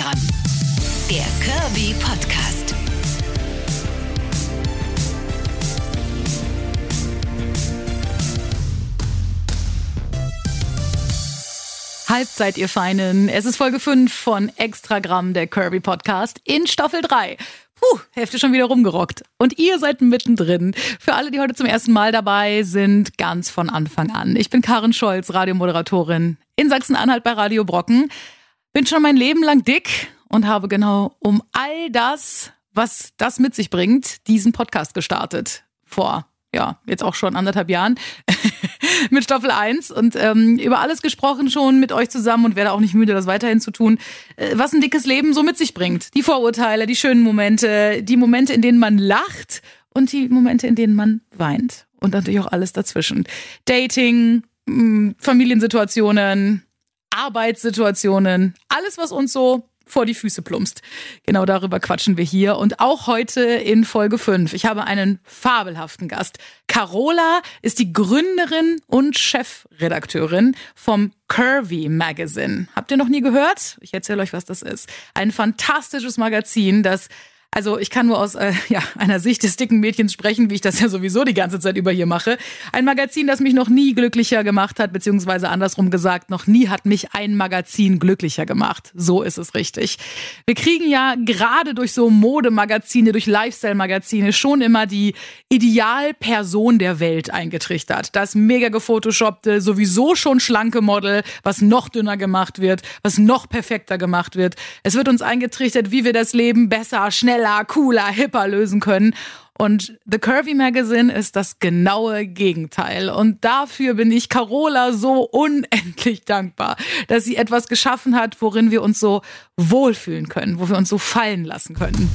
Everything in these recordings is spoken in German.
Extragramm. Der Curvy Podcast. Halbzeit, ihr Feinen. Es ist Folge 5 von Extragramm, der Curvy Podcast in Staffel 3. Hälfte schon wieder rumgerockt. Und ihr seid mittendrin. Für alle, die heute zum ersten Mal dabei sind, ganz von Anfang an. Ich bin Karin Scholz, Radiomoderatorin in Sachsen-Anhalt bei Radio Brocken. Bin schon mein Leben lang dick und habe genau um all das, was das mit sich bringt, diesen Podcast gestartet. Vor, jetzt auch schon 1,5 Jahren. Mit Staffel 1 und über alles gesprochen schon mit euch zusammen und werde auch nicht müde, das weiterhin zu tun, was ein dickes Leben so mit sich bringt. Die Vorurteile, die schönen Momente, die Momente, in denen man lacht und die Momente, in denen man weint. Und natürlich auch alles dazwischen. Dating, Familiensituationen, Arbeitssituationen, alles, was uns so vor die Füße plumpst. Genau darüber quatschen wir hier und auch heute in Folge 5. Ich habe einen fabelhaften Gast. Carola ist die Gründerin und Chefredakteurin vom Curvy Magazine. Habt ihr noch nie gehört? Ich erzähle euch, was das ist. Ein fantastisches Magazin, das... Also ich kann nur aus einer Sicht des dicken Mädchens sprechen, wie ich das ja sowieso die ganze Zeit über hier mache. Ein Magazin, das mich noch nie glücklicher gemacht hat, beziehungsweise andersrum gesagt, noch nie hat mich ein Magazin glücklicher gemacht. So ist es richtig. Wir kriegen ja gerade durch so Modemagazine, durch Lifestyle-Magazine schon immer die Idealperson der Welt eingetrichtert. Das mega gefotoshoppte, sowieso schon schlanke Model, was noch dünner gemacht wird, was noch perfekter gemacht wird. Es wird uns eingetrichtert, wie wir das Leben besser, schneller, cooler, hipper lösen können. Und The Curvy Magazine ist das genaue Gegenteil. Und dafür bin ich Carola so unendlich dankbar, dass sie etwas geschaffen hat, worin wir uns so wohlfühlen können, wo wir uns so fallen lassen können.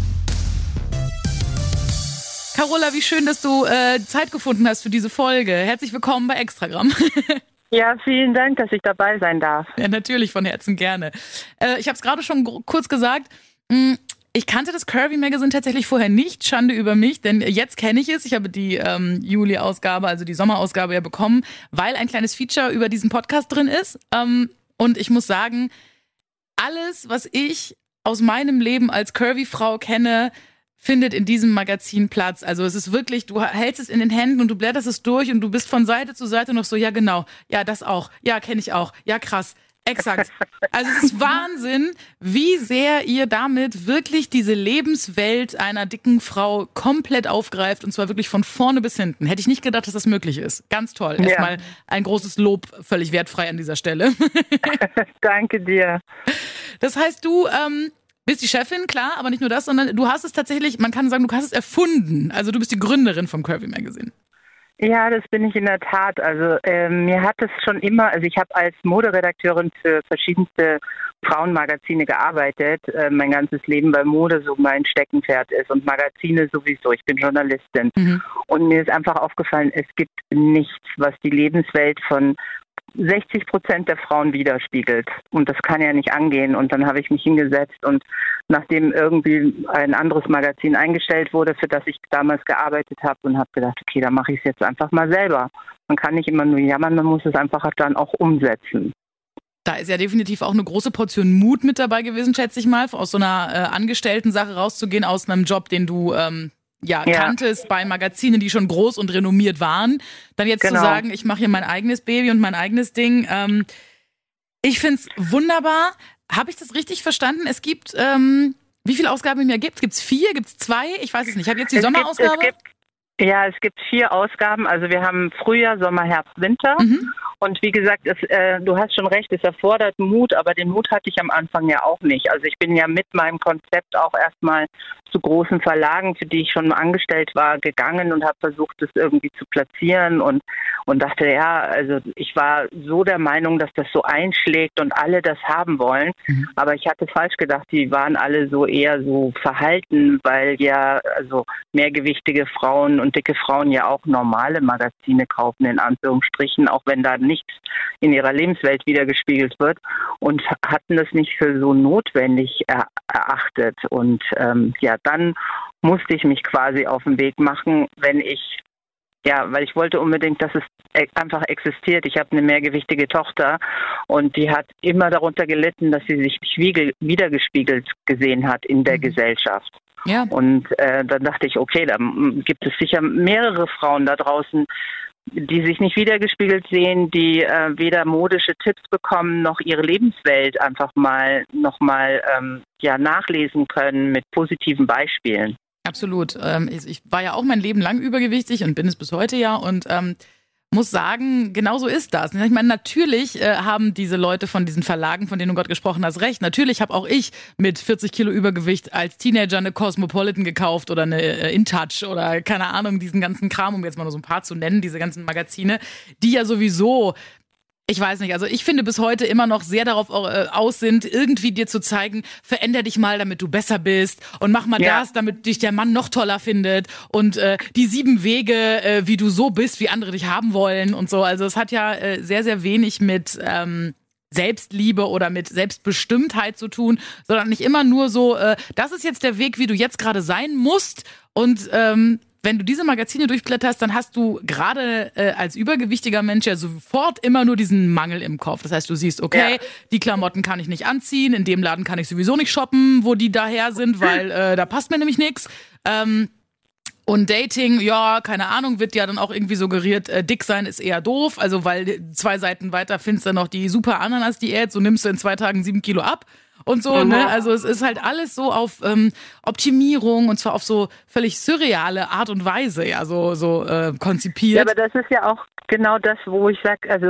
Carola, wie schön, dass du Zeit gefunden hast für diese Folge. Herzlich willkommen bei Extragramm. Ja, vielen Dank, dass ich dabei sein darf. Ja, natürlich, von Herzen gerne. Ich habe es gerade schon kurz gesagt. Ich kannte das Curvy Magazine tatsächlich vorher nicht. Schande über mich, denn jetzt kenne ich es. Ich habe die Juli-Ausgabe, also die Sommerausgabe ja bekommen, weil ein kleines Feature über diesen Podcast drin ist. Und ich muss sagen, alles, was ich aus meinem Leben als Curvy-Frau kenne, findet in diesem Magazin Platz. Also es ist wirklich, du hältst es in den Händen und du blätterst es durch und du bist von Seite zu Seite noch so, ja genau, ja das auch, ja kenne ich auch, ja krass. Exakt. Also es ist Wahnsinn, wie sehr ihr damit wirklich diese Lebenswelt einer dicken Frau komplett aufgreift und zwar wirklich von vorne bis hinten. Hätte ich nicht gedacht, dass das möglich ist. Ganz toll. Ja. Erstmal ein großes Lob, völlig wertfrei an dieser Stelle. Danke dir. Das heißt, du bist die Chefin, klar, aber nicht nur das, sondern du hast es tatsächlich, man kann sagen, du hast es erfunden. Also du bist die Gründerin vom Curvy Magazine. Ja, das bin ich in der Tat. Also mir hat es schon immer, also ich habe als Moderedakteurin für verschiedenste Frauenmagazine gearbeitet, mein ganzes Leben, weil Mode so mein Steckenpferd ist und Magazine sowieso. Ich bin Journalistin. Und mir ist einfach aufgefallen, es gibt nichts, was die Lebenswelt von 60% der Frauen widerspiegelt. Und das kann ja nicht angehen. Und dann habe ich mich hingesetzt und nachdem irgendwie ein anderes Magazin eingestellt wurde, für das ich damals gearbeitet habe und habe gedacht, okay, dann mache ich es jetzt einfach mal selber. Man kann nicht immer nur jammern, man muss es einfach dann auch umsetzen. Da ist ja definitiv auch eine große Portion Mut mit dabei gewesen, schätze ich mal, aus so einer Angestellten-Sache rauszugehen, aus einem Job, den du kanntest bei Magazinen, die schon groß und renommiert waren. Dann jetzt zu sagen, ich mache hier mein eigenes Baby und mein eigenes Ding. Ich finde es wunderbar. Habe ich das richtig verstanden? Es gibt, wie viele Ausgaben im Jahr gibt es? Gibt es 4? Gibt es 2? Ich weiß es nicht. Ich habe jetzt die Sommerausgabe. Es gibt 4 Ausgaben. Also wir haben Frühjahr, Sommer, Herbst, Winter. Und wie gesagt, du hast schon recht, es erfordert Mut, aber den Mut hatte ich am Anfang ja auch nicht. Also ich bin ja mit meinem Konzept auch erstmal zu großen Verlagen, für die ich schon angestellt war, gegangen und habe versucht, das irgendwie zu platzieren und dachte, also ich war so der Meinung, dass das so einschlägt und alle das haben wollen. Aber ich hatte falsch gedacht, die waren alle so eher so verhalten, weil ja also mehrgewichtige Frauen und dicke Frauen ja auch normale Magazine kaufen, in Anführungsstrichen, auch wenn da nichts in ihrer Lebenswelt wiedergespiegelt wird und hatten das nicht für so notwendig erachtet. Und dann musste ich mich quasi auf den Weg machen, wenn ich Ja, weil ich wollte unbedingt, dass es einfach existiert. Ich habe eine mehrgewichtige Tochter und die hat immer darunter gelitten, dass sie sich nicht wiedergespiegelt gesehen hat in der Gesellschaft. Ja. Und dann dachte ich, okay, da gibt es sicher mehrere Frauen da draußen, die sich nicht wiedergespiegelt sehen, die weder modische Tipps bekommen, noch ihre Lebenswelt einfach nochmal nachlesen können mit positiven Beispielen. Absolut. Ich war ja auch mein Leben lang übergewichtig und bin es bis heute ja und muss sagen, genau so ist das. Ich meine, natürlich haben diese Leute von diesen Verlagen, von denen du gerade gesprochen hast, recht. Natürlich habe auch ich mit 40 Kilo Übergewicht als Teenager eine Cosmopolitan gekauft oder eine InTouch oder keine Ahnung, diesen ganzen Kram, um jetzt mal nur so ein paar zu nennen, diese ganzen Magazine, die ja sowieso, ich weiß nicht, also ich finde bis heute immer noch sehr darauf aus sind, irgendwie dir zu zeigen, veränder dich mal, damit du besser bist und mach mal das, damit dich der Mann noch toller findet und die 7 Wege, wie du so bist, wie andere dich haben wollen und so. Also es hat ja sehr, sehr wenig mit Selbstliebe oder mit Selbstbestimmtheit zu tun, sondern nicht immer nur so, das ist jetzt der Weg, wie du jetzt gerade sein musst und wenn du diese Magazine durchblätterst, dann hast du gerade als übergewichtiger Mensch ja sofort immer nur diesen Mangel im Kopf. Das heißt, du siehst, okay, die Klamotten kann ich nicht anziehen, in dem Laden kann ich sowieso nicht shoppen, wo die daher sind, weil da passt mir nämlich nichts. Und Dating, ja, keine Ahnung, wird ja dann auch irgendwie suggeriert, dick sein ist eher doof. Also weil 2 Seiten weiter findest du noch die super Ananas-Diät, so nimmst du in 2 Tagen 7 Kilo ab. Und so, ne? Also es ist halt alles so auf Optimierung und zwar auf so völlig surreale Art und Weise, ja, so konzipiert. Ja, aber das ist ja auch genau das, wo ich sage, also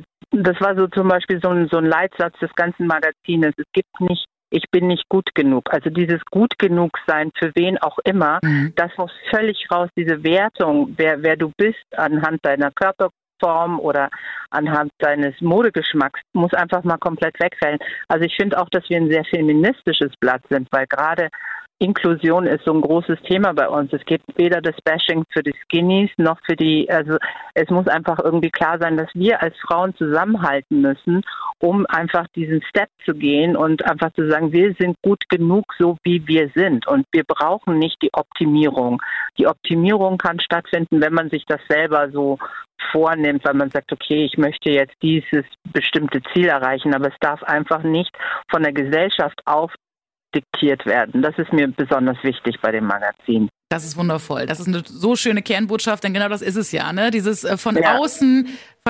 das war so zum Beispiel so ein Leitsatz des ganzen Magazines. Es gibt nicht, ich bin nicht gut genug. Also dieses gut genug sein für wen auch immer, das muss völlig raus, diese Wertung, wer du bist anhand deiner Körperform oder anhand deines Modegeschmacks, muss einfach mal komplett wegfallen. Also ich finde auch, dass wir ein sehr feministisches Blatt sind, weil gerade Inklusion ist so ein großes Thema bei uns. Es gibt weder das Bashing für die Skinnies noch für die, also es muss einfach irgendwie klar sein, dass wir als Frauen zusammenhalten müssen, um einfach diesen Step zu gehen und einfach zu sagen, wir sind gut genug, so wie wir sind und wir brauchen nicht die Optimierung. Die Optimierung kann stattfinden, wenn man sich das selber so vornimmt, weil man sagt, okay, ich möchte jetzt dieses bestimmte Ziel erreichen, aber es darf einfach nicht von der Gesellschaft aufdiktiert werden. Das ist mir besonders wichtig bei dem Magazin. Das ist wundervoll. Das ist eine so schöne Kernbotschaft, denn genau das ist es ja, ne? Dieses von außen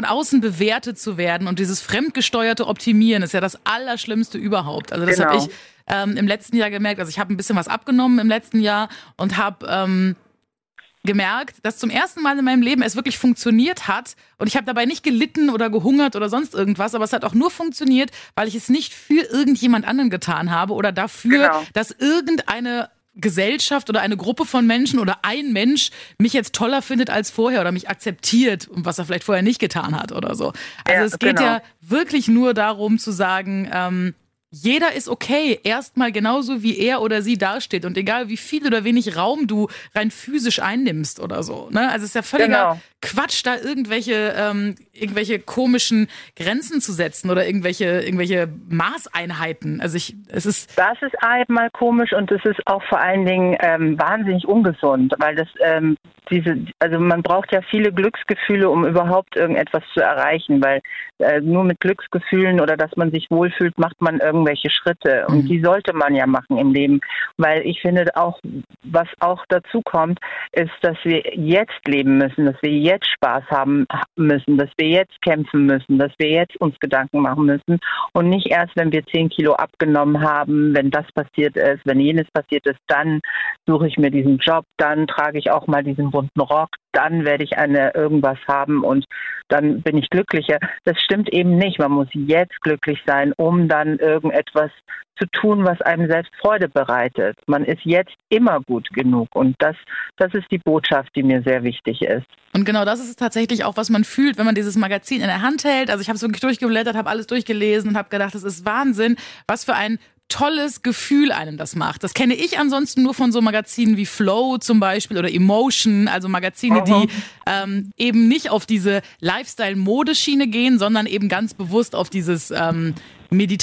bewertet zu werden und dieses fremdgesteuerte Optimieren ist ja das Allerschlimmste überhaupt. Also das habe ich im letzten Jahr gemerkt. Also ich habe ein bisschen was abgenommen im letzten Jahr und habe gemerkt, dass zum ersten Mal in meinem Leben es wirklich funktioniert hat und ich habe dabei nicht gelitten oder gehungert oder sonst irgendwas, aber es hat auch nur funktioniert, weil ich es nicht für irgendjemand anderen getan habe oder dafür, dass irgendeine Gesellschaft oder eine Gruppe von Menschen oder ein Mensch mich jetzt toller findet als vorher oder mich akzeptiert und was er vielleicht vorher nicht getan hat oder so. Also es geht ja wirklich nur darum zu sagen, jeder ist okay, erstmal genauso wie er oder sie dasteht und egal wie viel oder wenig Raum du rein physisch einnimmst oder so. Ne? Also es ist ja völliger Quatsch, da irgendwelche komischen Grenzen zu setzen oder irgendwelche Maßeinheiten. Also das ist einmal komisch und es ist auch vor allen Dingen wahnsinnig ungesund, weil das also man braucht ja viele Glücksgefühle, um überhaupt irgendetwas zu erreichen, weil nur mit Glücksgefühlen oder dass man sich wohlfühlt, macht man irgendwelche Schritte und die sollte man ja machen im Leben, weil ich finde auch, was auch dazu kommt, ist, dass wir jetzt leben müssen, dass wir jetzt Spaß haben müssen, dass wir jetzt kämpfen müssen, dass wir jetzt uns Gedanken machen müssen und nicht erst, wenn wir 10 Kilo abgenommen haben, wenn das passiert ist, wenn jenes passiert ist, dann suche ich mir diesen Job, dann trage ich auch mal diesen bunten Rock, dann werde ich irgendwas haben und dann bin ich glücklicher. Das stimmt eben nicht. Man muss jetzt glücklich sein, um dann irgendetwas zu tun, was einem selbst Freude bereitet. Man ist jetzt immer gut genug und das ist die Botschaft, die mir sehr wichtig ist. Und genau das ist tatsächlich auch, was man fühlt, wenn man dieses Magazin in der Hand hält. Also ich habe es wirklich durchgeblättert, habe alles durchgelesen und habe gedacht, das ist Wahnsinn, was für ein tolles Gefühl einem das macht. Das kenne ich ansonsten nur von so Magazinen wie Flow zum Beispiel oder Emotion, also Magazine, die eben nicht auf diese Lifestyle-Modeschiene gehen, sondern eben ganz bewusst auf dieses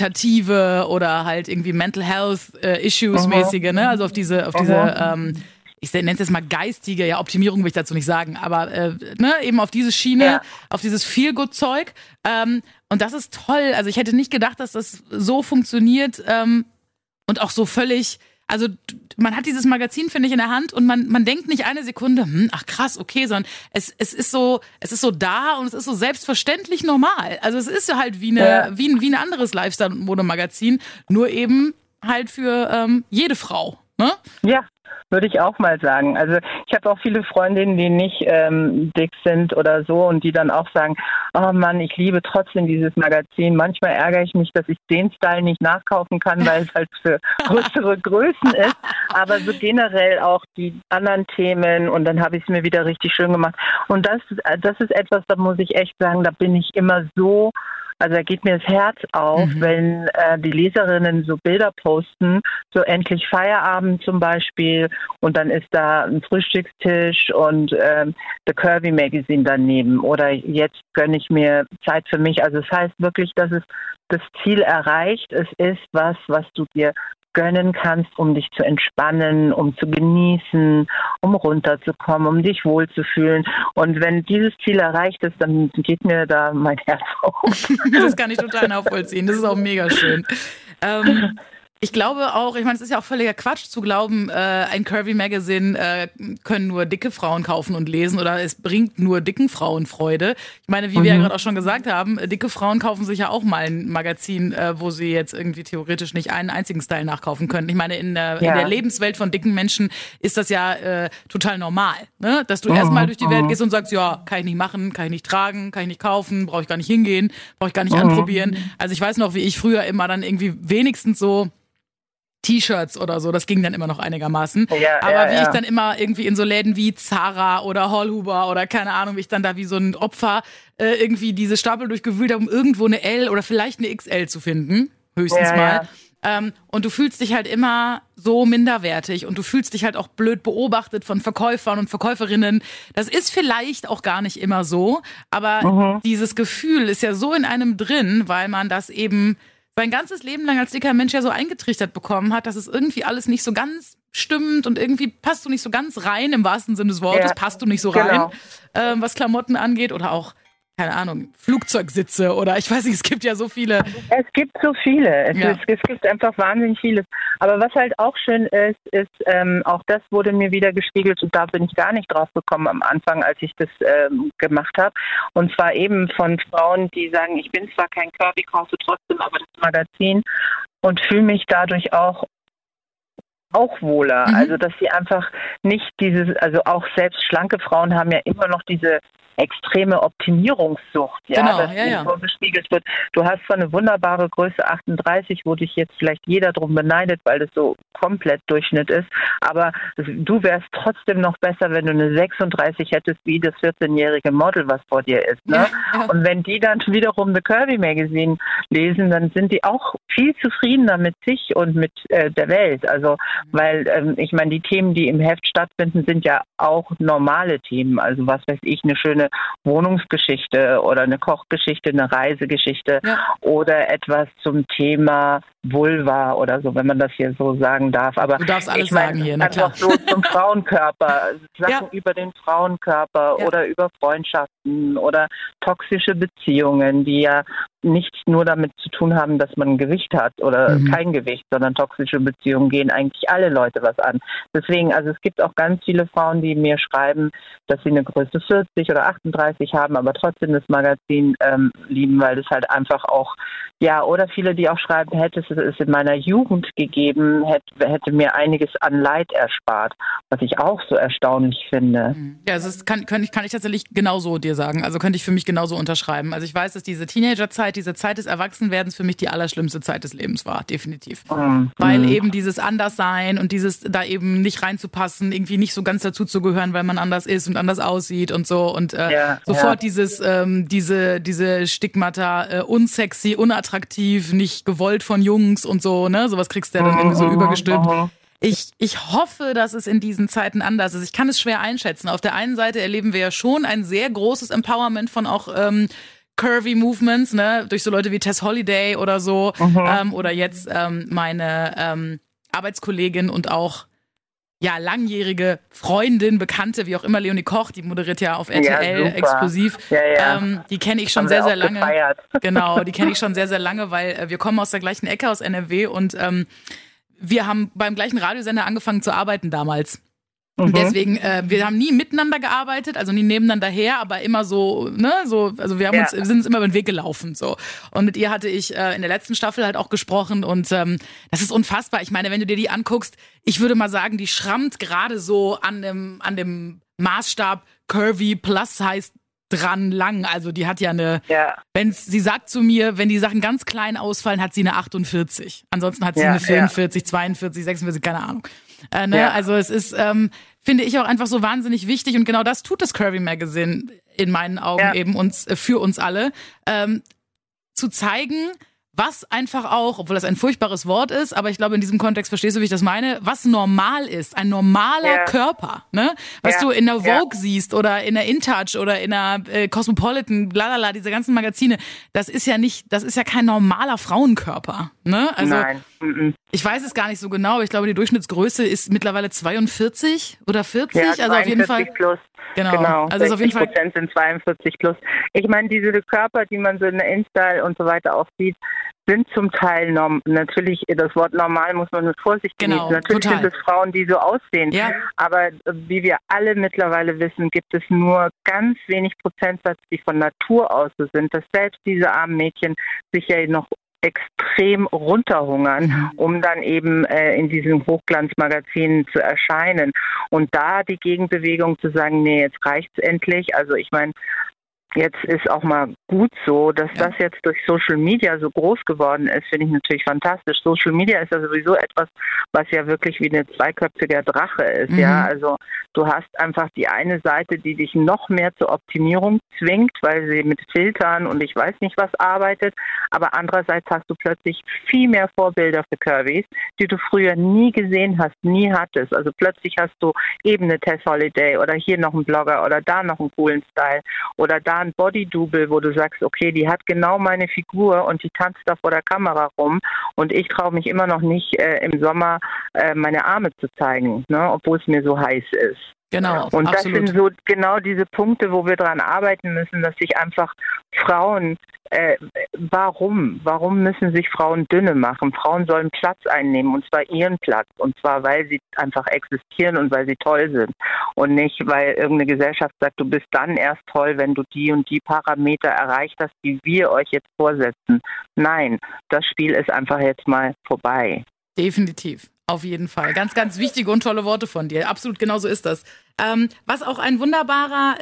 meditative oder halt irgendwie Mental Health Issues mäßige, ne? Also auf diese ich nenne es jetzt mal geistige, Optimierung will ich dazu nicht sagen, aber eben auf diese Schiene, auf dieses Feel-Good-Zeug. Und das ist toll. Also ich hätte nicht gedacht, dass das so funktioniert und auch so völlig. Also man hat dieses Magazin, finde ich, in der Hand und man denkt nicht eine Sekunde, ach krass, okay, sondern es ist so da und es ist so selbstverständlich normal. Also es ist halt wie ein anderes Lifestyle-Modemagazin, nur eben halt für jede Frau. Ne? Ja, würde ich auch mal sagen. Also ich habe auch viele Freundinnen, die nicht dick sind oder so und die dann auch sagen, oh Mann, ich liebe trotzdem dieses Magazin. Manchmal ärgere ich mich, dass ich den Style nicht nachkaufen kann, weil es halt für größere Größen ist. Aber so generell auch die anderen Themen und dann habe ich es mir wieder richtig schön gemacht. Und das ist etwas, da muss ich echt sagen, da bin ich immer so. Also da geht mir das Herz auf, wenn die Leserinnen so Bilder posten, so endlich Feierabend zum Beispiel und dann ist da ein Frühstückstisch und The Curvy Magazine daneben oder jetzt gönne ich mir Zeit für mich. Also es heißt wirklich, dass es das Ziel erreicht. Es ist was du dir gönnen kannst, um dich zu entspannen, um zu genießen, um runterzukommen, um dich wohlzufühlen. Und wenn dieses Ziel erreicht ist, dann geht mir da mein Herz auf. Das kann ich total nachvollziehen. Das ist auch mega schön. Ich glaube auch, ich meine, es ist ja auch völliger Quatsch zu glauben, ein Curvy Magazine können nur dicke Frauen kaufen und lesen oder es bringt nur dicken Frauen Freude. Ich meine, wie wir ja gerade auch schon gesagt haben, dicke Frauen kaufen sich ja auch mal ein Magazin, wo sie jetzt irgendwie theoretisch nicht einen einzigen Style nachkaufen können. Ich meine, in der Lebenswelt von dicken Menschen ist das ja total normal, ne? Dass du erstmal durch die Welt gehst und sagst, ja, kann ich nicht machen, kann ich nicht tragen, kann ich nicht kaufen, brauche ich gar nicht hingehen, brauche ich gar nicht anprobieren. Also ich weiß noch, wie ich früher immer dann irgendwie wenigstens so T-Shirts oder so, das ging dann immer noch einigermaßen. Aber wie ich dann immer irgendwie in so Läden wie Zara oder Hallhuber oder keine Ahnung, wie ich dann da wie so ein Opfer irgendwie diese Stapel durchgewühlt habe, um irgendwo eine L oder vielleicht eine XL zu finden, höchstens mal. Und du fühlst dich halt immer so minderwertig und du fühlst dich halt auch blöd beobachtet von Verkäufern und Verkäuferinnen. Das ist vielleicht auch gar nicht immer so, aber dieses Gefühl ist ja so in einem drin, weil man das eben sein ganzes Leben lang als dicker Mensch ja so eingetrichtert bekommen hat, dass es irgendwie alles nicht so ganz stimmt und irgendwie passt du nicht so ganz rein, im wahrsten Sinne des Wortes, passt du nicht so rein, was Klamotten angeht oder auch, keine Ahnung, Flugzeugsitze oder ich weiß nicht, es gibt ja so viele. Es gibt so viele. Es gibt einfach wahnsinnig vieles. Aber was halt auch schön ist, auch das wurde mir wieder gespiegelt und da bin ich gar nicht drauf gekommen am Anfang, als ich das gemacht habe. Und zwar eben von Frauen, die sagen, ich bin zwar kein Curvy, kaufe trotzdem aber das Magazin und fühle mich dadurch auch wohler. Also dass sie einfach nicht also auch selbst schlanke Frauen haben ja immer noch diese extreme Optimierungssucht, dass so gespiegelt wird. Du hast zwar eine wunderbare Größe 38, wo dich jetzt vielleicht jeder drum beneidet, weil das so komplett Durchschnitt ist, aber du wärst trotzdem noch besser, wenn du eine 36 hättest, wie das 14-jährige Model, was vor dir ist. Ne? Und wenn die dann wiederum The Curvy Magazine lesen, dann sind die auch viel zufriedener mit sich und mit der Welt. Also, weil ich meine, die Themen, die im Heft stattfinden, sind ja auch normale Themen. Also was weiß ich, eine schöne Wohnungsgeschichte oder eine Kochgeschichte, eine Reisegeschichte oder etwas zum Thema Vulva oder so, wenn man das hier so sagen darf. Aber du darfst alles sagen hier, na klar. Einfach so zum Frauenkörper, Sachen über den Frauenkörper oder über Freundschaften oder toxische Beziehungen, die ja nichts nur damit zu tun haben, dass man ein Gewicht hat oder kein Gewicht, sondern toxische Beziehungen gehen eigentlich alle Leute was an. Deswegen, also es gibt auch ganz viele Frauen, die mir schreiben, dass sie eine Größe 40 oder 38 haben, aber trotzdem das Magazin lieben, weil es halt einfach auch, oder viele, die auch schreiben, hätte es in meiner Jugend gegeben, hätte mir einiges an Leid erspart, was ich auch so erstaunlich finde. Ja, also kann ich tatsächlich genauso dir sagen, also könnte ich für mich genauso unterschreiben. Also ich weiß, dass diese Teenagerzeit, diese Zeit des Erwachsenwerdens für mich die allerschlimmste Zeit des Lebens war, definitiv. Weil eben dieses Anderssein und dieses da eben nicht reinzupassen, irgendwie nicht so ganz dazu zu gehören, weil man anders ist und anders aussieht und so und sofort diese Stigmata, unsexy, unattraktiv, nicht gewollt von Jungs und so, ne, sowas kriegst du ja dann irgendwie so übergestülpt. Ich hoffe, dass es in diesen Zeiten anders ist. Ich kann es schwer einschätzen. Auf der einen Seite erleben wir ja schon ein sehr großes Empowerment von auch Curvy Movements, ne, durch so Leute wie Tess Holliday oder so, oder jetzt meine Arbeitskollegin und auch langjährige Freundin, Bekannte, wie auch immer, Leonie Koch, die moderiert ja auf RTL exklusiv. Die kenne ich schon sehr, sehr lange. Genau, die kenne ich schon sehr, sehr lange, weil wir kommen aus der gleichen Ecke, aus NRW und wir haben beim gleichen Radiosender angefangen zu arbeiten damals. Und deswegen, wir haben nie miteinander gearbeitet, also nie nebeneinander her, aber immer so, also wir sind uns immer über den Weg gelaufen, so. Und mit ihr hatte ich in der letzten Staffel halt auch gesprochen und das ist unfassbar. Ich meine, wenn du dir die anguckst, ich würde mal sagen, die schrammt gerade so an dem Maßstab Curvy Plus heißt dran lang. Also die hat sie sagt zu mir, wenn die Sachen ganz klein ausfallen, hat sie eine 48. Ansonsten hat sie eine 44, 42, 46, keine Ahnung. Also es ist, finde ich auch einfach so wahnsinnig wichtig und genau das tut das Curvy Magazine in meinen Augen eben für uns alle, zu zeigen, was einfach auch, obwohl das ein furchtbares Wort ist, aber ich glaube, in diesem Kontext verstehst du, wie ich das meine, was normal ist, ein normaler Körper, ne? Was du in der Vogue siehst oder in der InTouch oder in der Cosmopolitan, blablabla, diese ganzen Magazine, das ist ja kein normaler Frauenkörper, ne? Also, nein. Ich weiß es gar nicht so genau, aber ich glaube, die Durchschnittsgröße ist mittlerweile 42 oder 40, also auf jeden Fall. Plus. Genau. Also 60% sind 42 plus. Ich meine, diese Körper, die man so in der InStyle und so weiter auch sieht, sind zum Teil natürlich, das Wort normal muss man mit Vorsicht genießen. Natürlich sind es Frauen, die so aussehen. Ja. Aber wie wir alle mittlerweile wissen, gibt es nur ganz wenig Prozentsatz, die von Natur aus so sind, dass selbst diese armen Mädchen sich ja noch extrem runterhungern, um dann eben in diesen Hochglanzmagazinen zu erscheinen. Und da die Gegenbewegung zu sagen, nee, jetzt reicht's endlich. Also ich meine, jetzt ist auch mal gut so, dass das jetzt durch Social Media so groß geworden ist, finde ich natürlich fantastisch. Social Media ist ja sowieso etwas, was ja wirklich wie eine zweiköpfiger Drache ist, ja. Also du hast einfach die eine Seite, die dich noch mehr zur Optimierung zwingt, weil sie mit Filtern und ich weiß nicht was arbeitet, aber andererseits hast du plötzlich viel mehr Vorbilder für Curvys, die du früher nie gesehen hast, nie hattest. Also plötzlich hast du eben eine Tess Holliday oder hier noch einen Blogger oder da noch einen coolen Style oder da ein Body-Double, wo du sagst, okay, die hat genau meine Figur und die tanzt da vor der Kamera rum und ich traue mich immer noch nicht im Sommer meine Arme zu zeigen, ne, obwohl es mir so heiß ist. Genau, und das absolut. sind so genau diese Punkte, wo wir dran arbeiten müssen, dass sich einfach Frauen, warum müssen sich Frauen dünne machen? Frauen sollen Platz einnehmen und zwar ihren Platz und zwar, weil sie einfach existieren und weil sie toll sind und nicht, weil irgendeine Gesellschaft sagt, du bist dann erst toll, wenn du die und die Parameter erreicht hast, die wir euch jetzt vorsetzen. Nein, das Spiel ist einfach jetzt mal vorbei. Definitiv. Auf jeden Fall. Ganz, ganz wichtige und tolle Worte von dir. Absolut, genau so ist das. Was auch ein wunderbarer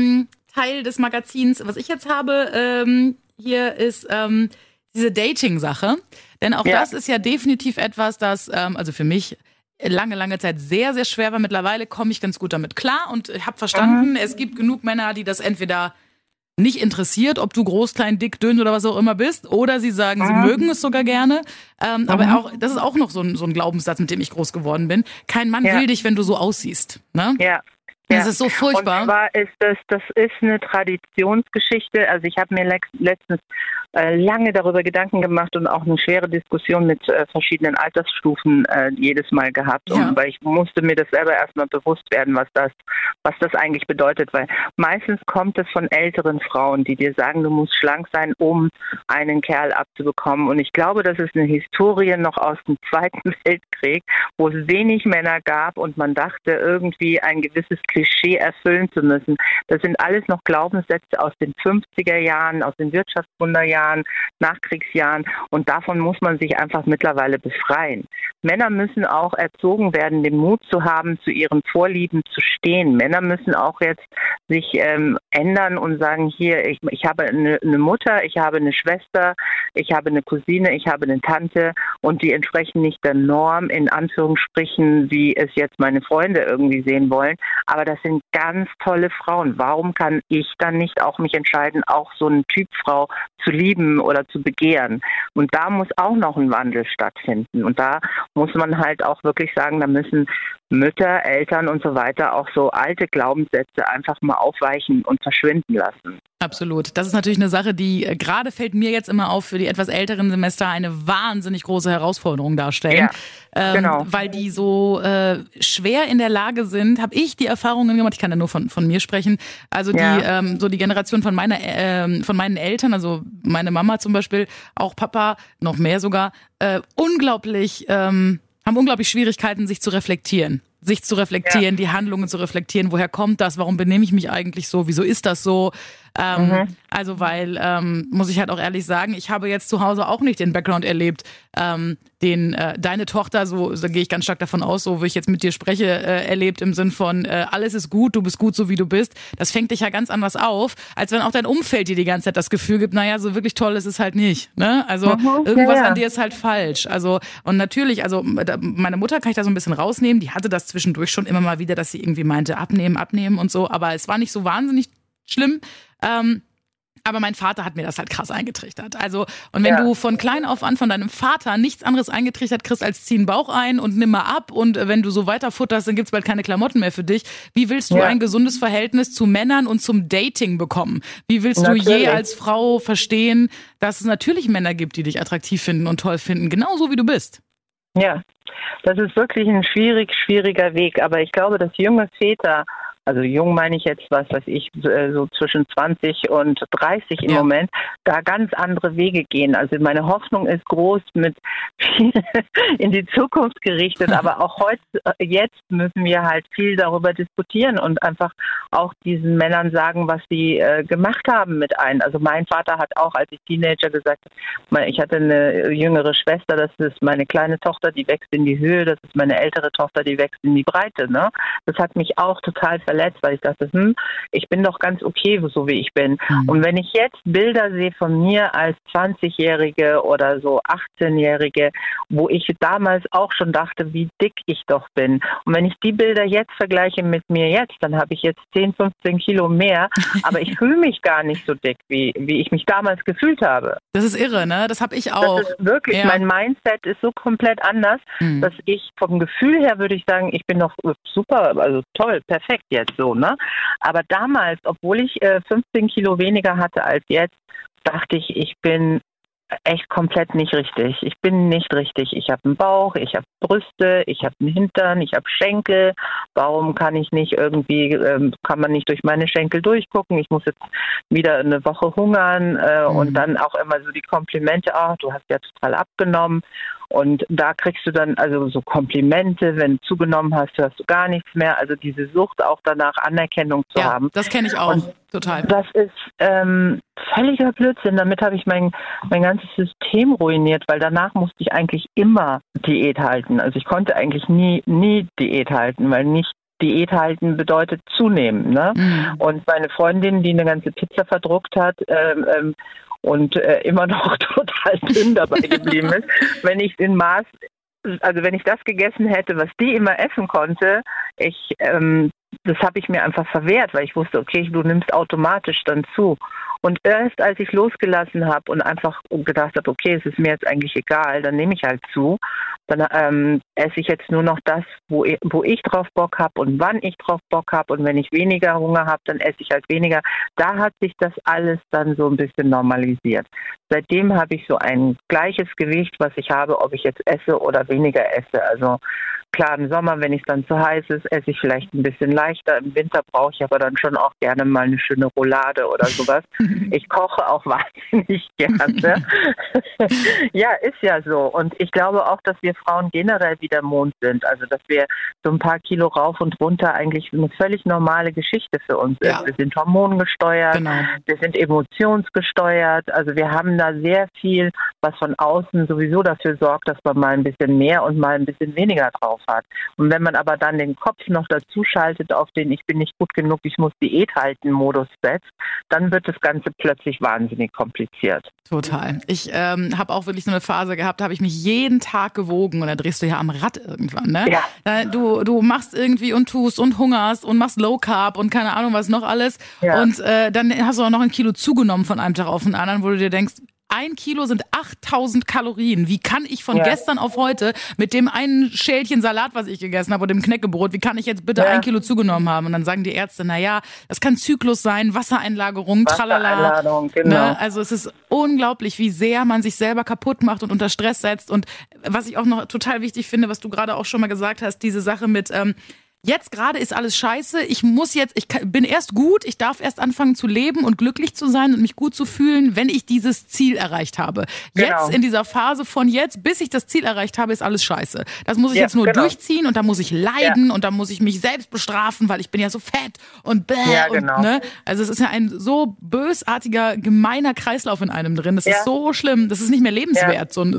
Teil des Magazins, was ich jetzt habe, hier ist diese Dating-Sache. Denn auch das ist ja definitiv etwas, das, also für mich, lange, lange Zeit sehr, sehr schwer war. Mittlerweile komme ich ganz gut damit klar und habe verstanden, es gibt genug Männer, die das entweder nicht interessiert, ob du groß, klein, dick, dünn oder was auch immer bist, oder sie sagen, sie mögen es sogar gerne. Aber auch, das ist auch noch so ein Glaubenssatz, mit dem ich groß geworden bin. Kein Mann will dich, wenn du so aussiehst. Ne? Ja. Das ist so furchtbar. Und zwar ist das ist eine Traditionsgeschichte. Also ich habe mir letztens lange darüber Gedanken gemacht und auch eine schwere Diskussion mit verschiedenen Altersstufen jedes Mal gehabt. Weil ich musste mir das selber erstmal bewusst werden, was das eigentlich bedeutet. Weil meistens kommt es von älteren Frauen, die dir sagen, du musst schlank sein, um einen Kerl abzubekommen. Und ich glaube, das ist eine Historie noch aus dem Zweiten Weltkrieg, wo es wenig Männer gab und man dachte, irgendwie ein gewisses Klischee erfüllen zu müssen. Das sind alles noch Glaubenssätze aus den 50er Jahren, aus den Wirtschaftswunderjahren, Nachkriegsjahren und davon muss man sich einfach mittlerweile befreien. Männer müssen auch erzogen werden, den Mut zu haben, zu ihren Vorlieben zu stehen. Männer müssen auch jetzt sich ändern und sagen, hier, ich habe eine Mutter, ich habe eine Schwester, ich habe eine Cousine, ich habe eine Tante und die entsprechen nicht der Norm, in Anführungsstrichen, wie es jetzt meine Freunde irgendwie sehen wollen. Aber das sind ganz tolle Frauen. Warum kann ich dann nicht auch mich entscheiden, auch so einen Typ Frau zu lieben oder zu begehren? Und da muss auch noch ein Wandel stattfinden. Und da muss man halt auch wirklich sagen, da müssen Mütter, Eltern und so weiter auch so alte Glaubenssätze einfach mal aufweichen und verschwinden lassen. Absolut. Das ist natürlich eine Sache, die gerade fällt mir jetzt immer auf, für die etwas älteren Semester eine wahnsinnig große Herausforderung darstellen. Ja, genau. Weil die so schwer in der Lage sind, habe ich die Erfahrungen gemacht, ich kann ja nur von mir sprechen, also die so die Generation von meinen Eltern, also meine Mama zum Beispiel, auch Papa, noch mehr sogar, haben unglaublich Schwierigkeiten, sich zu reflektieren. Die Handlungen zu reflektieren. Woher kommt das? Warum benehme ich mich eigentlich so? Wieso ist das so? Also weil, muss ich halt auch ehrlich sagen, ich habe jetzt zu Hause auch nicht den Background erlebt, deine Tochter, so gehe ich ganz stark davon aus, so wie ich jetzt mit dir spreche, erlebt im Sinn von alles ist gut, du bist gut, so wie du bist. Das fängt dich ja ganz anders auf, als wenn auch dein Umfeld dir die ganze Zeit das Gefühl gibt, naja, so wirklich toll ist es halt nicht. Ne? Also irgendwas an dir ist halt falsch. Also und natürlich, also meine Mutter kann ich da so ein bisschen rausnehmen, die hatte das zwischendurch schon immer mal wieder, dass sie irgendwie meinte, abnehmen und so, aber es war nicht so wahnsinnig schlimm. Aber mein Vater hat mir das halt krass eingetrichtert. Also, und wenn du von klein auf an von deinem Vater nichts anderes eingetrichtert kriegst, als zieh einen Bauch ein und nimm mal ab und wenn du so weiter futterst, dann gibt's bald keine Klamotten mehr für dich. Wie willst du ein gesundes Verhältnis zu Männern und zum Dating bekommen? Wie willst du je als Frau verstehen, dass es natürlich Männer gibt, die dich attraktiv finden und toll finden, genauso wie du bist? Ja, das ist wirklich ein schwieriger Weg. Aber ich glaube, dass junge Väter, also jung meine ich jetzt, was weiß ich, so zwischen 20 und 30 im Moment, da ganz andere Wege gehen. Also meine Hoffnung ist groß, mit viel in die Zukunft gerichtet, aber auch jetzt müssen wir halt viel darüber diskutieren und einfach auch diesen Männern sagen, was sie gemacht haben mit einem. Also mein Vater hat auch, als ich Teenager gesagt habe, ich hatte eine jüngere Schwester, das ist meine kleine Tochter, die wächst in die Höhe, das ist meine ältere Tochter, die wächst in die Breite. Ne? Das hat mich auch total verletzt, weil ich dachte, ich bin doch ganz okay, so wie ich bin. Und wenn ich jetzt Bilder sehe von mir als 20-Jährige oder so 18-Jährige, wo ich damals auch schon dachte, wie dick ich doch bin. Und wenn ich die Bilder jetzt vergleiche mit mir jetzt, dann habe ich jetzt 10, 15 Kilo mehr, aber ich fühle mich gar nicht so dick, wie ich mich damals gefühlt habe. Das ist irre, ne? Das habe ich auch. Das ist wirklich, mein Mindset ist so komplett anders, dass ich vom Gefühl her würde ich sagen, ich bin noch super, also toll, perfekt jetzt so, ne? Aber damals, obwohl ich 15 Kilo weniger hatte als jetzt, dachte ich bin echt komplett nicht richtig. Ich bin nicht richtig. Ich habe einen Bauch, ich habe Brüste, ich habe einen Hintern, ich habe Schenkel. Warum kann ich nicht irgendwie, kann man nicht durch meine Schenkel durchgucken? Ich muss jetzt wieder eine Woche hungern und dann auch immer so die Komplimente, du hast ja total abgenommen. Und da kriegst du dann also so Komplimente, wenn du zugenommen hast, hörst du gar nichts mehr. Also diese Sucht auch danach Anerkennung zu haben. Das kenne ich auch, total. Das ist völliger Blödsinn. Damit habe ich mein ganzes System ruiniert, weil danach musste ich eigentlich immer Diät halten. Also ich konnte eigentlich nie Diät halten, weil nicht Diät halten bedeutet zunehmen. Ne? Und meine Freundin, die eine ganze Pizza verdruckt hat, und immer noch total dünn dabei geblieben ist. Wenn ich wenn ich das gegessen hätte, was die immer essen konnte, das habe ich mir einfach verwehrt, weil ich wusste, okay, du nimmst automatisch dann zu. Und erst als ich losgelassen habe und einfach gedacht habe, okay, es ist mir jetzt eigentlich egal, dann nehme ich halt zu, dann esse ich jetzt nur noch das, wo ich drauf Bock habe und wann ich drauf Bock habe. Und wenn ich weniger Hunger habe, dann esse ich halt weniger. Da hat sich das alles dann so ein bisschen normalisiert. Seitdem habe ich so ein gleiches Gewicht, was ich habe, ob ich jetzt esse oder weniger esse. Also klar, im Sommer, wenn es dann zu heiß ist, esse ich vielleicht ein bisschen leichter. Im Winter brauche ich aber dann schon auch gerne mal eine schöne Roulade oder sowas. Ich koche auch wahnsinnig gerne. Ja, ist ja so. Und ich glaube auch, dass wir Frauen generell wieder Mond sind. Also, dass wir so ein paar Kilo rauf und runter eigentlich eine völlig normale Geschichte für uns ist. Wir sind hormongesteuert, wir sind emotionsgesteuert. Also, wir haben da sehr viel, was von außen sowieso dafür sorgt, dass man mal ein bisschen mehr und mal ein bisschen weniger drauf hat. Und wenn man aber dann den Kopf noch dazu schaltet auf den ich bin nicht gut genug, ich muss Diät halten Modus setzt, dann wird das Ganze plötzlich wahnsinnig kompliziert. Total. Ich habe auch wirklich so eine Phase gehabt, da habe ich mich jeden Tag gewogen und da drehst du ja am Rad irgendwann, ne? Ja. Du machst irgendwie und tust und hungerst und machst Low Carb und keine Ahnung was noch alles und dann hast du auch noch 1 Kilo zugenommen von einem Tag auf den anderen, wo du dir denkst, 1 Kilo sind 8000 Kalorien. Wie kann ich von gestern auf heute mit dem einen Schälchen Salat, was ich gegessen habe, und dem Knäckebrot, wie kann ich jetzt bitte 1 Kilo zugenommen haben? Und dann sagen die Ärzte, das kann Zyklus sein, Wassereinlagerung, tralala. Genau. Ne? Also es ist unglaublich, wie sehr man sich selber kaputt macht und unter Stress setzt. Und was ich auch noch total wichtig finde, was du gerade auch schon mal gesagt hast, diese Sache mit jetzt gerade ist alles scheiße, ich bin erst gut, ich darf erst anfangen zu leben und glücklich zu sein und mich gut zu fühlen, wenn ich dieses Ziel erreicht habe. Genau. Jetzt in dieser Phase von jetzt, bis ich das Ziel erreicht habe, ist alles scheiße. Das muss ich jetzt nur durchziehen und da muss ich leiden und da muss ich mich selbst bestrafen, weil ich bin ja so fett und genau. Also es ist ja ein so bösartiger, gemeiner Kreislauf in einem drin. Das ist so schlimm, das ist nicht mehr lebenswert, so ein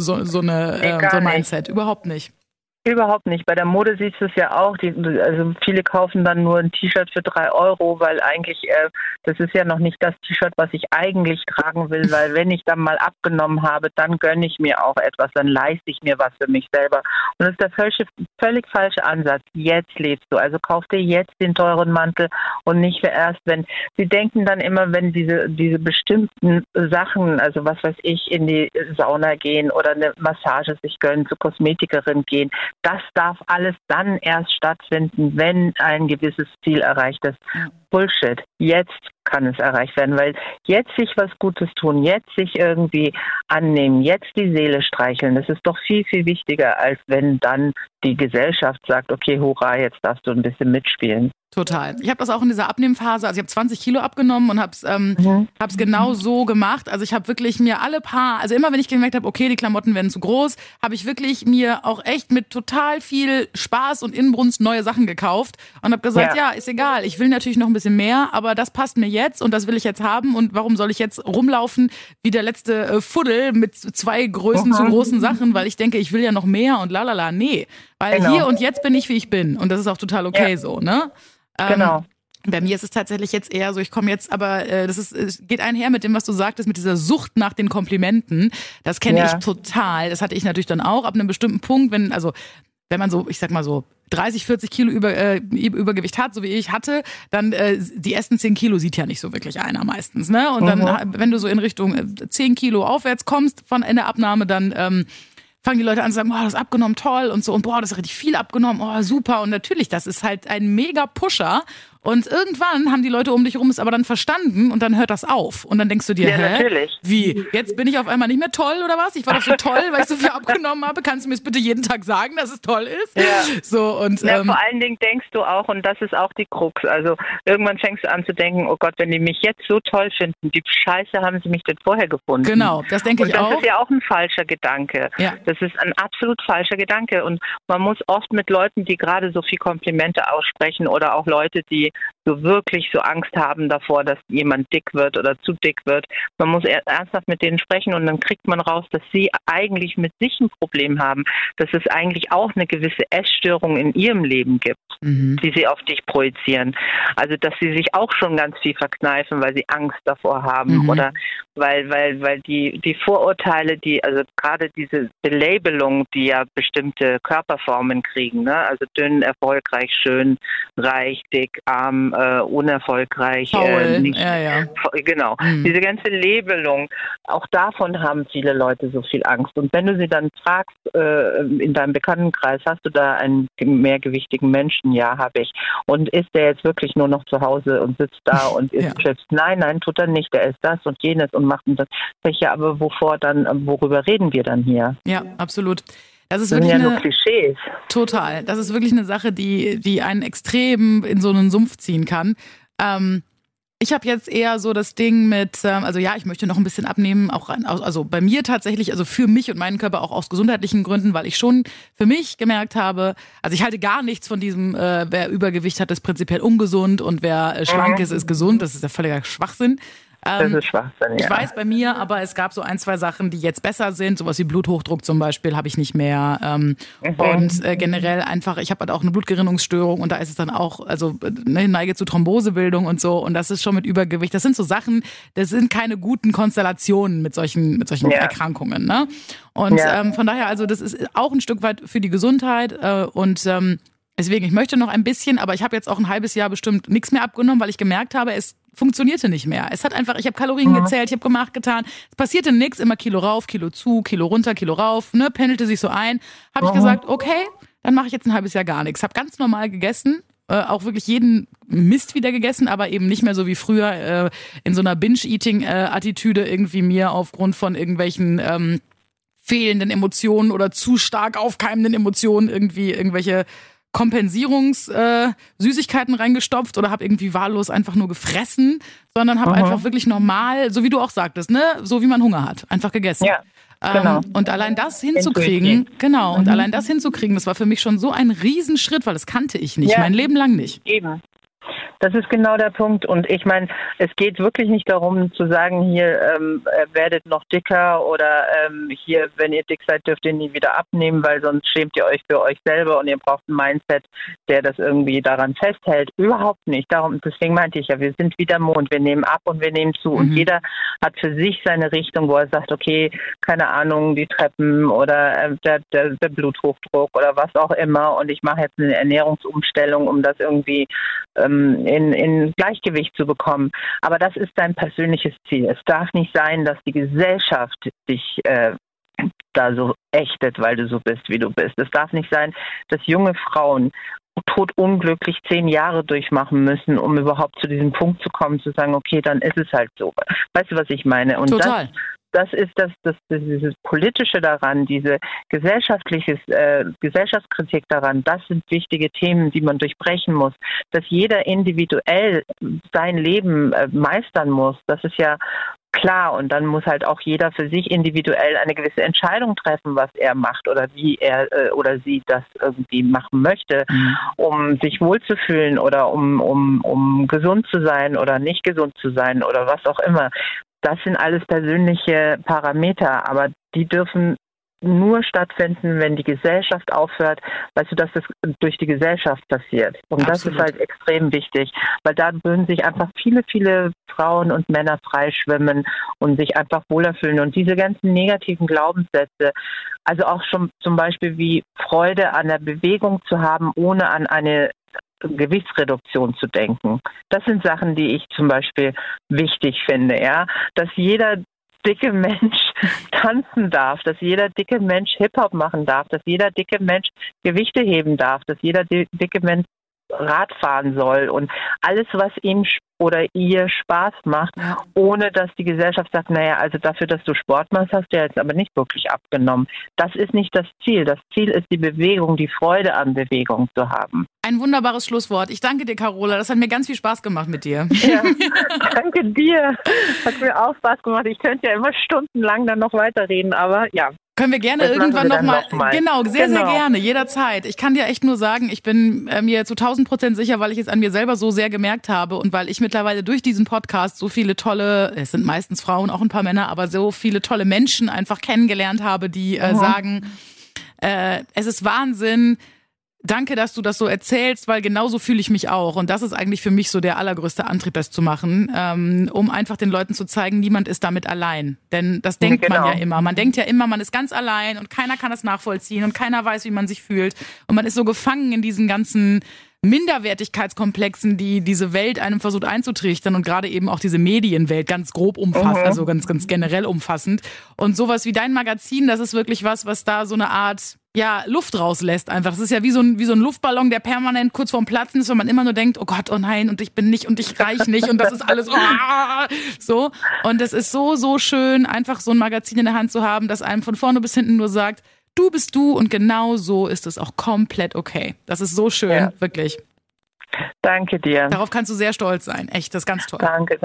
Mindset. Überhaupt nicht. Überhaupt nicht. Bei der Mode siehst du es ja auch. Also viele kaufen dann nur ein T-Shirt für 3 €, weil eigentlich, das ist ja noch nicht das T-Shirt, was ich eigentlich tragen will, weil wenn ich dann mal abgenommen habe, dann gönne ich mir auch etwas, dann leiste ich mir was für mich selber. Und das ist der völlig falsche Ansatz. Jetzt lebst du. Also kauf dir jetzt den teuren Mantel und nicht erst, wenn sie denken dann immer, wenn diese bestimmten Sachen, also was weiß ich, in die Sauna gehen oder eine Massage sich gönnen, zur Kosmetikerin gehen, das darf alles dann erst stattfinden, wenn ein gewisses Ziel erreicht ist. Bullshit. Jetzt kann es erreicht werden, weil jetzt sich was Gutes tun, jetzt sich irgendwie annehmen, jetzt die Seele streicheln, das ist doch viel, viel wichtiger, als wenn dann die Gesellschaft sagt, okay, hurra, jetzt darfst du ein bisschen mitspielen. Total. Ich habe das auch in dieser Abnehmphase, also ich habe 20 Kilo abgenommen und hab's genau so gemacht. Also ich habe wirklich mir also immer wenn ich gemerkt habe, okay, die Klamotten werden zu groß, habe ich wirklich mir auch echt mit total viel Spaß und Inbrunst neue Sachen gekauft und habe gesagt, ist egal, ich will natürlich noch ein bisschen mehr, aber das passt mir jetzt und das will ich jetzt haben und warum soll ich jetzt rumlaufen wie der letzte Fuddel mit 2 Größen zu großen Sachen, weil ich denke, ich will ja noch mehr und lalala. Nee, weil hier und jetzt bin ich, wie ich bin und das ist auch total okay so, ne? Genau. Bei mir ist es tatsächlich jetzt eher so, ich komme jetzt, aber es geht einher mit dem, was du sagtest, mit dieser Sucht nach den Komplimenten. Das kenne ich total. Das hatte ich natürlich dann auch ab einem bestimmten Punkt, wenn man so, ich sag mal so 30, 40 Kilo Übergewicht hat, so wie ich hatte, dann die ersten 10 Kilo sieht ja nicht so wirklich einer meistens, ne? Und dann, wenn du so in Richtung 10 Kilo aufwärts kommst in der Abnahme, dann fangen die Leute an zu sagen, boah, das ist abgenommen, toll und so und boah, das ist richtig viel abgenommen, oh, super. Und natürlich, das ist halt ein mega Pusher. Und irgendwann haben die Leute um dich rum es aber dann verstanden und dann hört das auf. Und dann denkst du dir, natürlich. Wie? Jetzt bin ich auf einmal nicht mehr toll oder was? Ich war doch so toll, weil ich so viel abgenommen habe. Kannst du mir es bitte jeden Tag sagen, dass es toll ist? Ja. So, und, vor allen Dingen denkst du auch, und das ist auch die Krux, also irgendwann fängst du an zu denken, oh Gott, wenn die mich jetzt so toll finden, wie scheiße haben sie mich denn vorher gefunden? Genau, das denke ich auch. Und das ist ja auch ein falscher Gedanke. Ja. Das ist ein absolut falscher Gedanke. Und man muss oft mit Leuten, die gerade so viel Komplimente aussprechen oder auch Leute, die so wirklich so Angst haben davor, dass jemand dick wird oder zu dick wird. Man muss ernsthaft mit denen sprechen und dann kriegt man raus, dass sie eigentlich mit sich ein Problem haben, dass es eigentlich auch eine gewisse Essstörung in ihrem Leben gibt, die sie auf dich projizieren. Also, dass sie sich auch schon ganz viel verkneifen, weil sie Angst davor haben oder weil die Vorurteile, also gerade diese Belabelung, die ja bestimmte Körperformen kriegen, ne? Also dünn, erfolgreich, schön, reich, dick, arm, unerfolgreich, nicht. Ja. Genau. Diese ganze Labelung, auch davon haben viele Leute so viel Angst. Und wenn du sie dann fragst, in deinem Bekanntenkreis, hast du da einen mehrgewichtigen Menschen? Ja, habe ich. Und ist der jetzt wirklich nur noch zu Hause und sitzt da und isst Chips? Nein, tut er nicht. Der isst das und jenes und macht das. Sag ich, ja, aber worüber reden wir dann hier? Ja, absolut. Das ist sind wirklich ja nur Klischees. Total. Das ist wirklich eine Sache, die einen extrem in so einen Sumpf ziehen kann. Ich habe jetzt eher so das Ding mit, ich möchte noch ein bisschen abnehmen, also bei mir tatsächlich, also für mich und meinen Körper auch aus gesundheitlichen Gründen, weil ich schon für mich gemerkt habe, also ich halte gar nichts von diesem, wer Übergewicht hat, ist prinzipiell ungesund und wer schlank ist gesund. Das ist ja völliger Schwachsinn. Das ist Schwachsinn, ich weiß bei mir, aber es gab so 1, 2 Sachen, die jetzt besser sind. Sowas wie Bluthochdruck zum Beispiel habe ich nicht mehr. Und generell einfach, ich habe halt auch eine Blutgerinnungsstörung und da ist es dann auch, also neige zu Thrombosebildung und so. Und das ist schon mit Übergewicht. Das sind so Sachen, das sind keine guten Konstellationen mit solchen Erkrankungen. Ne? Und von daher, also das ist auch ein Stück weit für die Gesundheit deswegen, ich möchte noch ein bisschen, aber ich habe jetzt auch ein halbes Jahr bestimmt nichts mehr abgenommen, weil ich gemerkt habe, es funktionierte nicht mehr. Es hat einfach, ich habe Kalorien gezählt, ich habe gemacht, getan. Es passierte nichts, immer Kilo rauf, Kilo zu, Kilo runter, Kilo rauf, ne, pendelte sich so ein. Habe ich gesagt, okay, dann mache ich jetzt ein halbes Jahr gar nichts. Habe ganz normal gegessen, auch wirklich jeden Mist wieder gegessen, aber eben nicht mehr so wie früher in so einer Binge-Eating-Attitüde irgendwie mir aufgrund von irgendwelchen fehlenden Emotionen oder zu stark aufkeimenden Emotionen irgendwie irgendwelche Kompensierungs-Süßigkeiten reingestopft oder habe irgendwie wahllos einfach nur gefressen, sondern habe einfach wirklich normal, so wie du auch sagtest, ne, so wie man Hunger hat, einfach gegessen. Ja. Genau. Und allein das hinzukriegen, und allein das hinzukriegen, das war für mich schon so ein Riesenschritt, weil das kannte ich nicht, mein Leben lang nicht. Eben. Das ist genau der Punkt. Und ich meine, es geht wirklich nicht darum zu sagen, hier werdet noch dicker oder hier, wenn ihr dick seid, dürft ihr nie wieder abnehmen, weil sonst schämt ihr euch für euch selber und ihr braucht ein Mindset, der das irgendwie daran festhält. Überhaupt nicht. Deswegen meinte ich ja, wir sind wie der Mond. Wir nehmen ab und wir nehmen zu. Und jeder hat für sich seine Richtung, wo er sagt, okay, keine Ahnung, die Treppen oder der Bluthochdruck oder was auch immer. Und ich mache jetzt eine Ernährungsumstellung, um das irgendwie in Gleichgewicht zu bekommen. Aber das ist dein persönliches Ziel. Es darf nicht sein, dass die Gesellschaft dich da so ächtet, weil du so bist, wie du bist. Es darf nicht sein, dass junge Frauen todunglücklich 10 Jahre durchmachen müssen, um überhaupt zu diesem Punkt zu kommen, zu sagen, okay, dann ist es halt so. Weißt du, was ich meine? Und total. Das ist dieses Politische daran, diese Gesellschaftskritik daran, das sind wichtige Themen, die man durchbrechen muss. Dass jeder individuell sein Leben meistern muss, das ist ja klar. Und dann muss halt auch jeder für sich individuell eine gewisse Entscheidung treffen, was er macht oder wie er oder sie das irgendwie machen möchte, um sich wohlzufühlen oder um gesund zu sein oder nicht gesund zu sein oder was auch immer. Das sind alles persönliche Parameter, aber die dürfen nur stattfinden, wenn die Gesellschaft aufhört, weißt du, dass das durch die Gesellschaft passiert. Und Absolut. Das ist halt extrem wichtig, weil da würden sich einfach viele, viele Frauen und Männer freischwimmen und sich einfach wohler fühlen. Und diese ganzen negativen Glaubenssätze, also auch schon zum Beispiel wie Freude an der Bewegung zu haben, ohne an eine Gewichtsreduktion zu denken. Das sind Sachen, die ich zum Beispiel wichtig finde, ja, dass jeder dicke Mensch tanzen darf, dass jeder dicke Mensch Hip-Hop machen darf, dass jeder dicke Mensch Gewichte heben darf, dass jeder dicke Mensch Rad fahren soll und alles, was ihm oder ihr Spaß macht, ohne dass die Gesellschaft sagt, naja, also dafür, dass du Sport machst, hast du jetzt aber nicht wirklich abgenommen. Das ist nicht das Ziel. Das Ziel ist die Bewegung, die Freude an Bewegung zu haben. Ein wunderbares Schlusswort. Ich danke dir, Carola. Das hat mir ganz viel Spaß gemacht mit dir. Ja, danke dir. Hat mir auch Spaß gemacht. Ich könnte ja immer stundenlang dann noch weiterreden, aber ja. Können wir gerne irgendwann nochmal. Genau, sehr gerne, jederzeit. Ich kann dir echt nur sagen, ich bin mir zu 1000% sicher, weil ich es an mir selber so sehr gemerkt habe und weil ich mittlerweile durch diesen Podcast so viele tolle, es sind meistens Frauen, auch ein paar Männer, aber so viele tolle Menschen einfach kennengelernt habe, die sagen, es ist Wahnsinn. Danke, dass du das so erzählst, weil genauso fühle ich mich auch. Und das ist eigentlich für mich so der allergrößte Antrieb, das zu machen, um einfach den Leuten zu zeigen, niemand ist damit allein. Denn das denkt man ja immer. Man denkt ja immer, man ist ganz allein und keiner kann das nachvollziehen und keiner weiß, wie man sich fühlt. Und man ist so gefangen in diesen ganzen Minderwertigkeitskomplexen, die diese Welt einem versucht einzutrichtern und gerade eben auch diese Medienwelt ganz grob umfasst, also ganz generell umfassend. Und sowas wie dein Magazin, das ist wirklich was da so eine Art Luft rauslässt einfach. Das ist ja wie so ein Luftballon, der permanent kurz vorm Platzen ist, weil man immer nur denkt, oh Gott, oh nein, und ich bin nicht und ich reich nicht und das ist alles so. Und es ist so schön, einfach so ein Magazin in der Hand zu haben, das einem von vorne bis hinten nur sagt, du bist du und genau so ist es auch komplett okay. Das ist so schön, wirklich. Danke dir. Darauf kannst du sehr stolz sein. Echt, das ist ganz toll. Danke.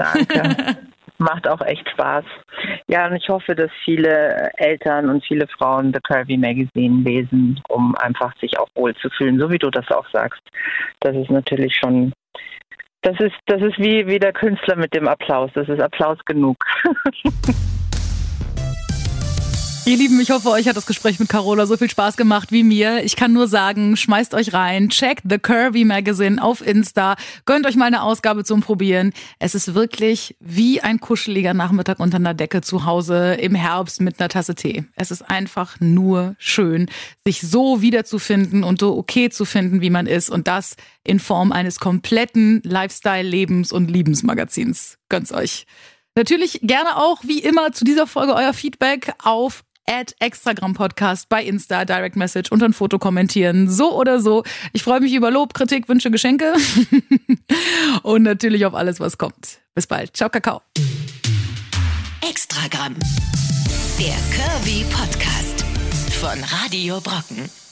Macht auch echt Spaß. Ja, und ich hoffe, dass viele Eltern und viele Frauen The Curvy Magazine lesen, um einfach sich auch wohl zu fühlen, so wie du das auch sagst. Das ist natürlich schon, das ist wie der Künstler mit dem Applaus. Das ist Applaus genug. Ihr Lieben, ich hoffe, euch hat das Gespräch mit Carola so viel Spaß gemacht wie mir. Ich kann nur sagen, schmeißt euch rein, checkt The Curvy Magazine auf Insta, gönnt euch mal eine Ausgabe zum Probieren. Es ist wirklich wie ein kuscheliger Nachmittag unter einer Decke zu Hause im Herbst mit einer Tasse Tee. Es ist einfach nur schön, sich so wiederzufinden und so okay zu finden, wie man ist. Und das in Form eines kompletten Lifestyle-Lebens- und Liebensmagazins. Gönnt's euch. Natürlich gerne auch, wie immer, zu dieser Folge euer Feedback auf @extragramm-podcast bei Insta, Direct Message und ein Foto kommentieren. So oder so. Ich freue mich über Lob, Kritik, Wünsche, Geschenke und natürlich auf alles, was kommt. Bis bald. Ciao, Kakao. Extragramm. Der Curvy Podcast von Radio Brocken.